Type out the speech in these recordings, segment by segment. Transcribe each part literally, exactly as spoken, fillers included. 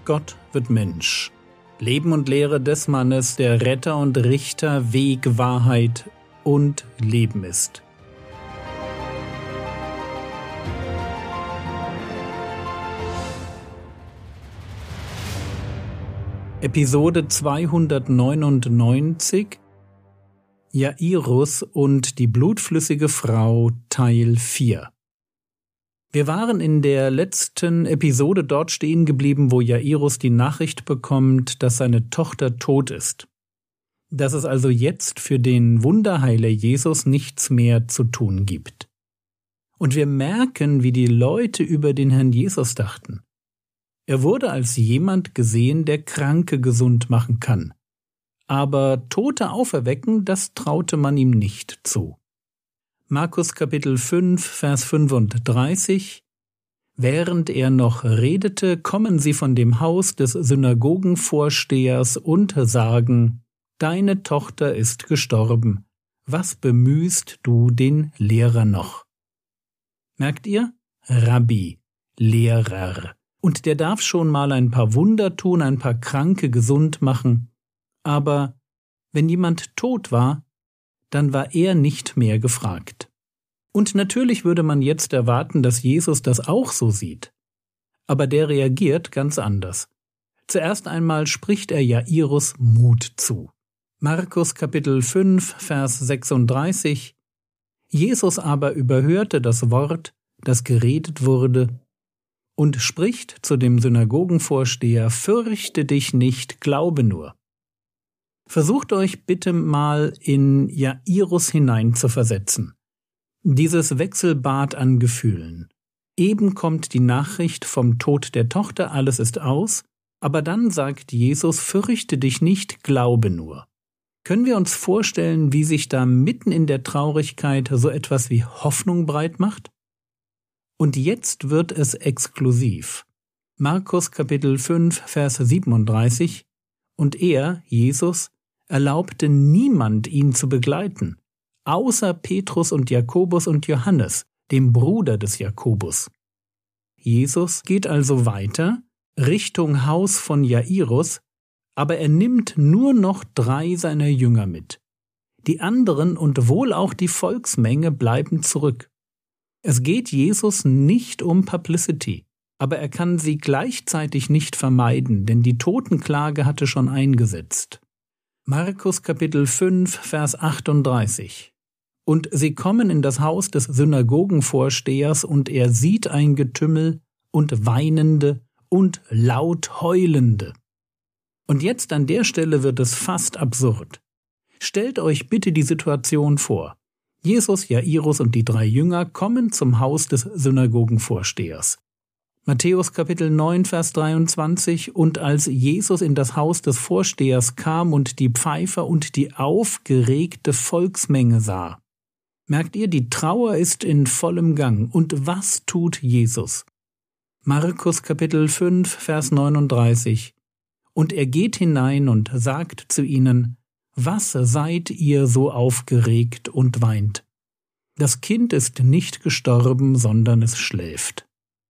Gott wird Mensch. Leben und Lehre des Mannes, der Retter und Richter, Weg, Wahrheit und Leben ist. Episode zweihundertneunundneunzig Jairus und die blutflüssige Frau Teil vier. Wir waren in der letzten Episode dort stehen geblieben, wo Jairus die Nachricht bekommt, dass seine Tochter tot ist. Dass es also jetzt für den Wunderheiler Jesus nichts mehr zu tun gibt. Und wir merken, wie die Leute über den Herrn Jesus dachten. Er wurde als jemand gesehen, der Kranke gesund machen kann. Aber Tote auferwecken, das traute man ihm nicht zu. Markus Kapitel fünf, Vers fünfunddreißig. Während er noch redete, kommen sie von dem Haus des Synagogenvorstehers und sagen: Deine Tochter ist gestorben. Was bemühst du den Lehrer noch? Merkt ihr? Rabbi, Lehrer. Und der darf schon mal ein paar Wunder tun, ein paar Kranke gesund machen. Aber wenn jemand tot war, dann war er nicht mehr gefragt. Und natürlich würde man jetzt erwarten, dass Jesus das auch so sieht. Aber der reagiert ganz anders. Zuerst einmal spricht er Jairus Mut zu. Markus Kapitel fünf, Vers sechsunddreißig. Jesus aber überhörte das Wort, das geredet wurde, und spricht zu dem Synagogenvorsteher: Fürchte dich nicht, glaube nur. Versucht euch bitte mal in Jairus hineinzuversetzen. Dieses Wechselbad an Gefühlen. Eben kommt die Nachricht vom Tod der Tochter, alles ist aus, aber dann sagt Jesus: Fürchte dich nicht, glaube nur. Können wir uns vorstellen, wie sich da mitten in der Traurigkeit so etwas wie Hoffnung breit macht? Und jetzt wird es exklusiv. Markus Kapitel fünf, Vers siebenunddreißig. Und er, Jesus, erlaubte niemand, ihn zu begleiten, außer Petrus und Jakobus und Johannes, dem Bruder des Jakobus. Jesus geht also weiter, Richtung Haus von Jairus, aber er nimmt nur noch drei seiner Jünger mit. Die anderen und wohl auch die Volksmenge bleiben zurück. Es geht Jesus nicht um Publicity, aber er kann sie gleichzeitig nicht vermeiden, denn die Totenklage hatte schon eingesetzt. Markus Kapitel fünf, Vers achtunddreißig. Und sie kommen in das Haus des Synagogenvorstehers, und er sieht ein Getümmel und Weinende und laut Heulende. Und jetzt an der Stelle wird es fast absurd. Stellt euch bitte die Situation vor. Jesus, Jairus und die drei Jünger kommen zum Haus des Synagogenvorstehers. Matthäus Kapitel neun, Vers dreiundzwanzig. Und als Jesus in das Haus des Vorstehers kam und die Pfeifer und die aufgeregte Volksmenge sah. Merkt ihr, die Trauer ist in vollem Gang. Und was tut Jesus? Markus Kapitel fünf, Vers neununddreißig. Und er geht hinein und sagt zu ihnen: Was seid ihr so aufgeregt und weint? Das Kind ist nicht gestorben, sondern es schläft.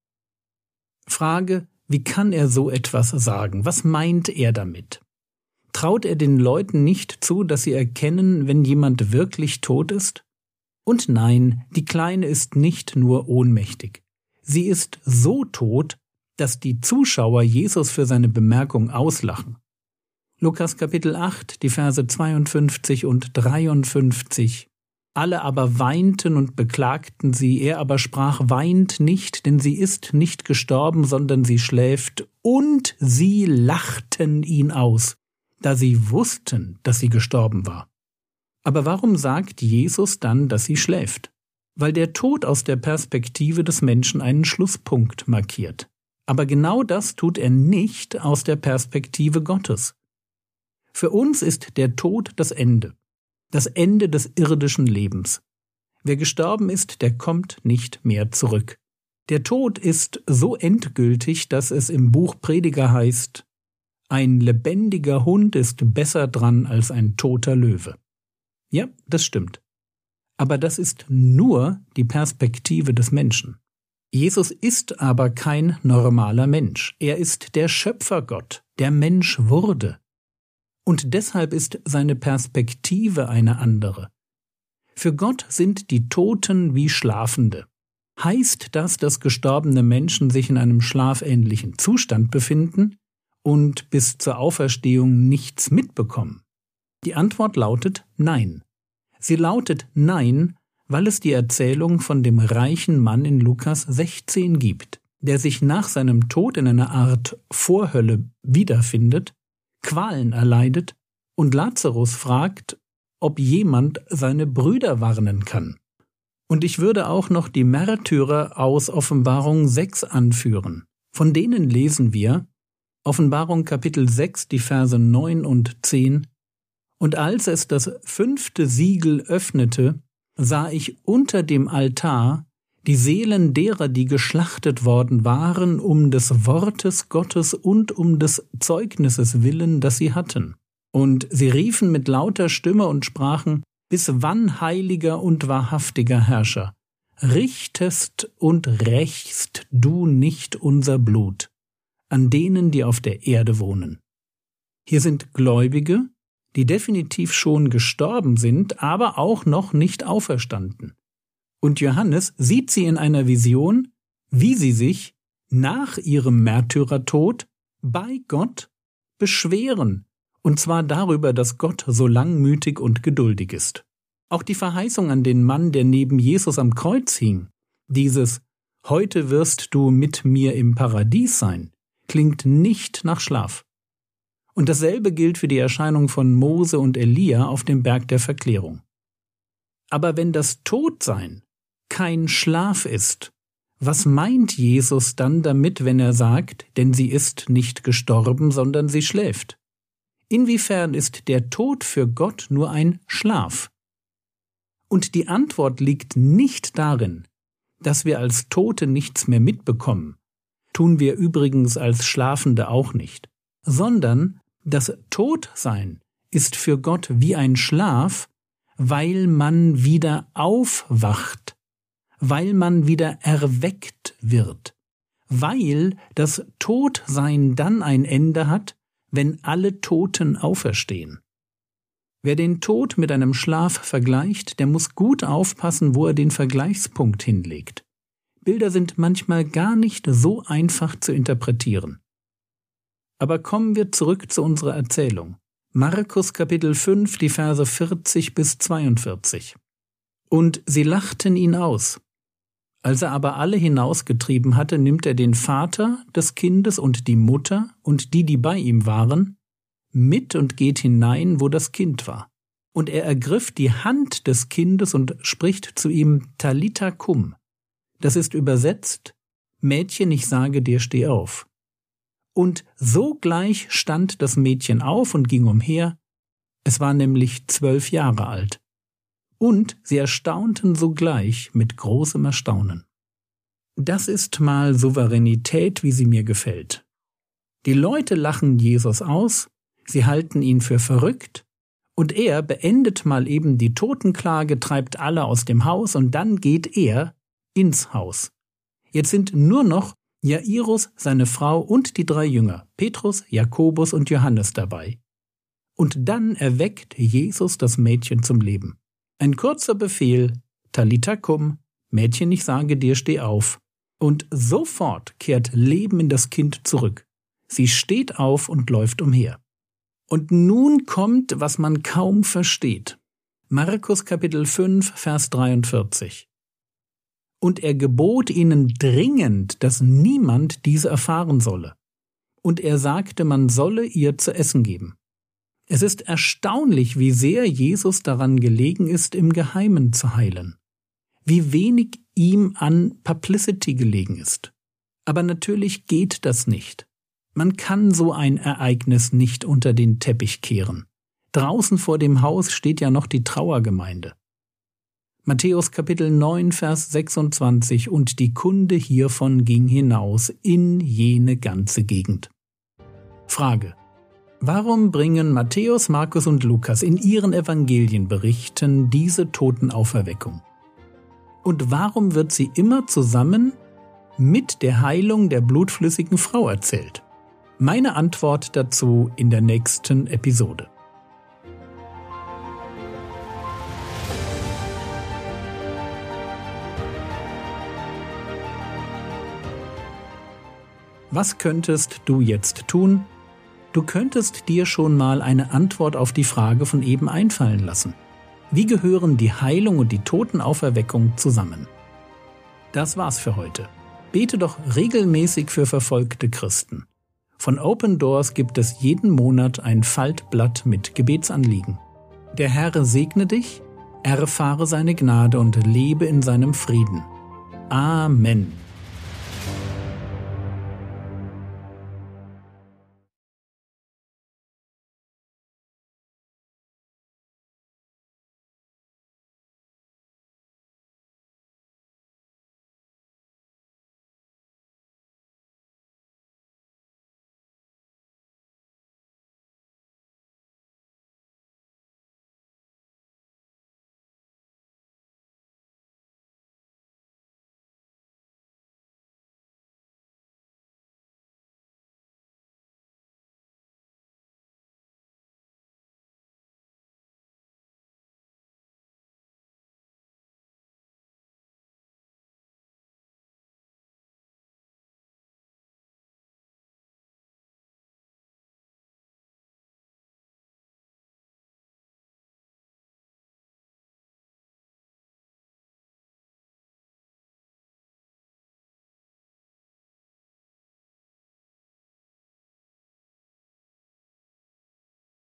Frage: Wie kann er so etwas sagen? Was meint er damit? Traut er den Leuten nicht zu, dass sie erkennen, wenn jemand wirklich tot ist? Und nein, die Kleine ist nicht nur ohnmächtig. Sie ist so tot, dass die Zuschauer Jesus für seine Bemerkung auslachen. Lukas Kapitel acht, die Verse zweiundfünfzig und dreiundfünfzig. Alle aber weinten und beklagten sie, er aber sprach: Weint nicht, denn sie ist nicht gestorben, sondern sie schläft. Und sie lachten ihn aus, da sie wussten, dass sie gestorben war. Aber warum sagt Jesus dann, dass sie schläft? Weil der Tod aus der Perspektive des Menschen einen Schlusspunkt markiert. Aber genau das tut er nicht aus der Perspektive Gottes. Für uns ist der Tod das Ende, das Ende des irdischen Lebens. Wer gestorben ist, der kommt nicht mehr zurück. Der Tod ist so endgültig, dass es im Buch Prediger heißt: Ein lebendiger Hund ist besser dran als ein toter Löwe. Ja, das stimmt. Aber das ist nur die Perspektive des Menschen. Jesus ist aber kein normaler Mensch. Er ist der Schöpfergott, der Mensch wurde. Und deshalb ist seine Perspektive eine andere. Für Gott sind die Toten wie Schlafende. Heißt das, dass gestorbene Menschen sich in einem schlafähnlichen Zustand befinden und bis zur Auferstehung nichts mitbekommen? Die Antwort lautet Nein. Sie lautet Nein, weil es die Erzählung von dem reichen Mann in Lukas sechzehn gibt, der sich nach seinem Tod in einer Art Vorhölle wiederfindet, Qualen erleidet und Lazarus fragt, ob jemand seine Brüder warnen kann. Und ich würde auch noch die Märtyrer aus Offenbarung sechs anführen. Von denen lesen wir, Offenbarung Kapitel sechs, die Verse neun und zehn, und als es das fünfte Siegel öffnete, sah ich unter dem Altar die Seelen derer, die geschlachtet worden waren, um des Wortes Gottes und um des Zeugnisses willen, das sie hatten. Und sie riefen mit lauter Stimme und sprachen, bis wann, heiliger und wahrhaftiger Herrscher, richtest und rächst du nicht unser Blut an denen, die auf der Erde wohnen? Hier sind Gläubige, die definitiv schon gestorben sind, aber auch noch nicht auferstanden. Und Johannes sieht sie in einer Vision, wie sie sich nach ihrem Märtyrertod bei Gott beschweren, und zwar darüber, dass Gott so langmütig und geduldig ist. Auch die Verheißung an den Mann, der neben Jesus am Kreuz hing, dieses »Heute wirst du mit mir im Paradies sein«, klingt nicht nach Schlaf. Und dasselbe gilt für die Erscheinung von Mose und Elia auf dem Berg der Verklärung. Aber wenn das Todsein kein Schlaf ist, was meint Jesus dann damit, wenn er sagt, denn sie ist nicht gestorben, sondern sie schläft? Inwiefern ist der Tod für Gott nur ein Schlaf? Und die Antwort liegt nicht darin, dass wir als Tote nichts mehr mitbekommen, tun wir übrigens als Schlafende auch nicht, sondern das Todsein ist für Gott wie ein Schlaf, weil man wieder aufwacht, weil man wieder erweckt wird, weil das Todsein dann ein Ende hat, wenn alle Toten auferstehen. Wer den Tod mit einem Schlaf vergleicht, der muss gut aufpassen, wo er den Vergleichspunkt hinlegt. Bilder sind manchmal gar nicht so einfach zu interpretieren. Aber kommen wir zurück zu unserer Erzählung. Markus Kapitel fünf, die Verse vierzig bis zweiundvierzig. Und sie lachten ihn aus. Als er aber alle hinausgetrieben hatte, nimmt er den Vater des Kindes und die Mutter und die, die bei ihm waren, mit und geht hinein, wo das Kind war. Und er ergriff die Hand des Kindes und spricht zu ihm, Talitha cum. Das ist übersetzt, Mädchen, ich sage dir, steh auf. Und sogleich stand das Mädchen auf und ging umher, es war nämlich zwölf Jahre alt. Und sie erstaunten sogleich mit großem Erstaunen. Das ist mal Souveränität, wie sie mir gefällt. Die Leute lachen Jesus aus, sie halten ihn für verrückt, und er beendet mal eben die Totenklage, treibt alle aus dem Haus, und dann geht er ins Haus. Jetzt sind nur noch Jairus, seine Frau und die drei Jünger, Petrus, Jakobus und Johannes dabei. Und dann erweckt Jesus das Mädchen zum Leben. Ein kurzer Befehl, Talitha cum, Mädchen, ich sage dir, steh auf. Und sofort kehrt Leben in das Kind zurück. Sie steht auf und läuft umher. Und nun kommt, was man kaum versteht. Markus Kapitel fünf, Vers dreiundvierzig. Und er gebot ihnen dringend, dass niemand diese erfahren solle. Und er sagte, man solle ihr zu essen geben. Es ist erstaunlich, wie sehr Jesus daran gelegen ist, im Geheimen zu heilen. Wie wenig ihm an Publicity gelegen ist. Aber natürlich geht das nicht. Man kann so ein Ereignis nicht unter den Teppich kehren. Draußen vor dem Haus steht ja noch die Trauergemeinde. Matthäus Kapitel neun, Vers sechsundzwanzig, und die Kunde hiervon ging hinaus in jene ganze Gegend. Frage: Warum bringen Matthäus, Markus und Lukas in ihren Evangelienberichten diese Totenauferweckung? Und warum wird sie immer zusammen mit der Heilung der blutflüssigen Frau erzählt? Meine Antwort dazu in der nächsten Episode. Was könntest du jetzt tun? Du könntest dir schon mal eine Antwort auf die Frage von eben einfallen lassen. Wie gehören die Heilung und die Totenauferweckung zusammen? Das war's für heute. Bete doch regelmäßig für verfolgte Christen. Von Open Doors gibt es jeden Monat ein Faltblatt mit Gebetsanliegen. Der Herr segne dich, erfahre seine Gnade und lebe in seinem Frieden. Amen.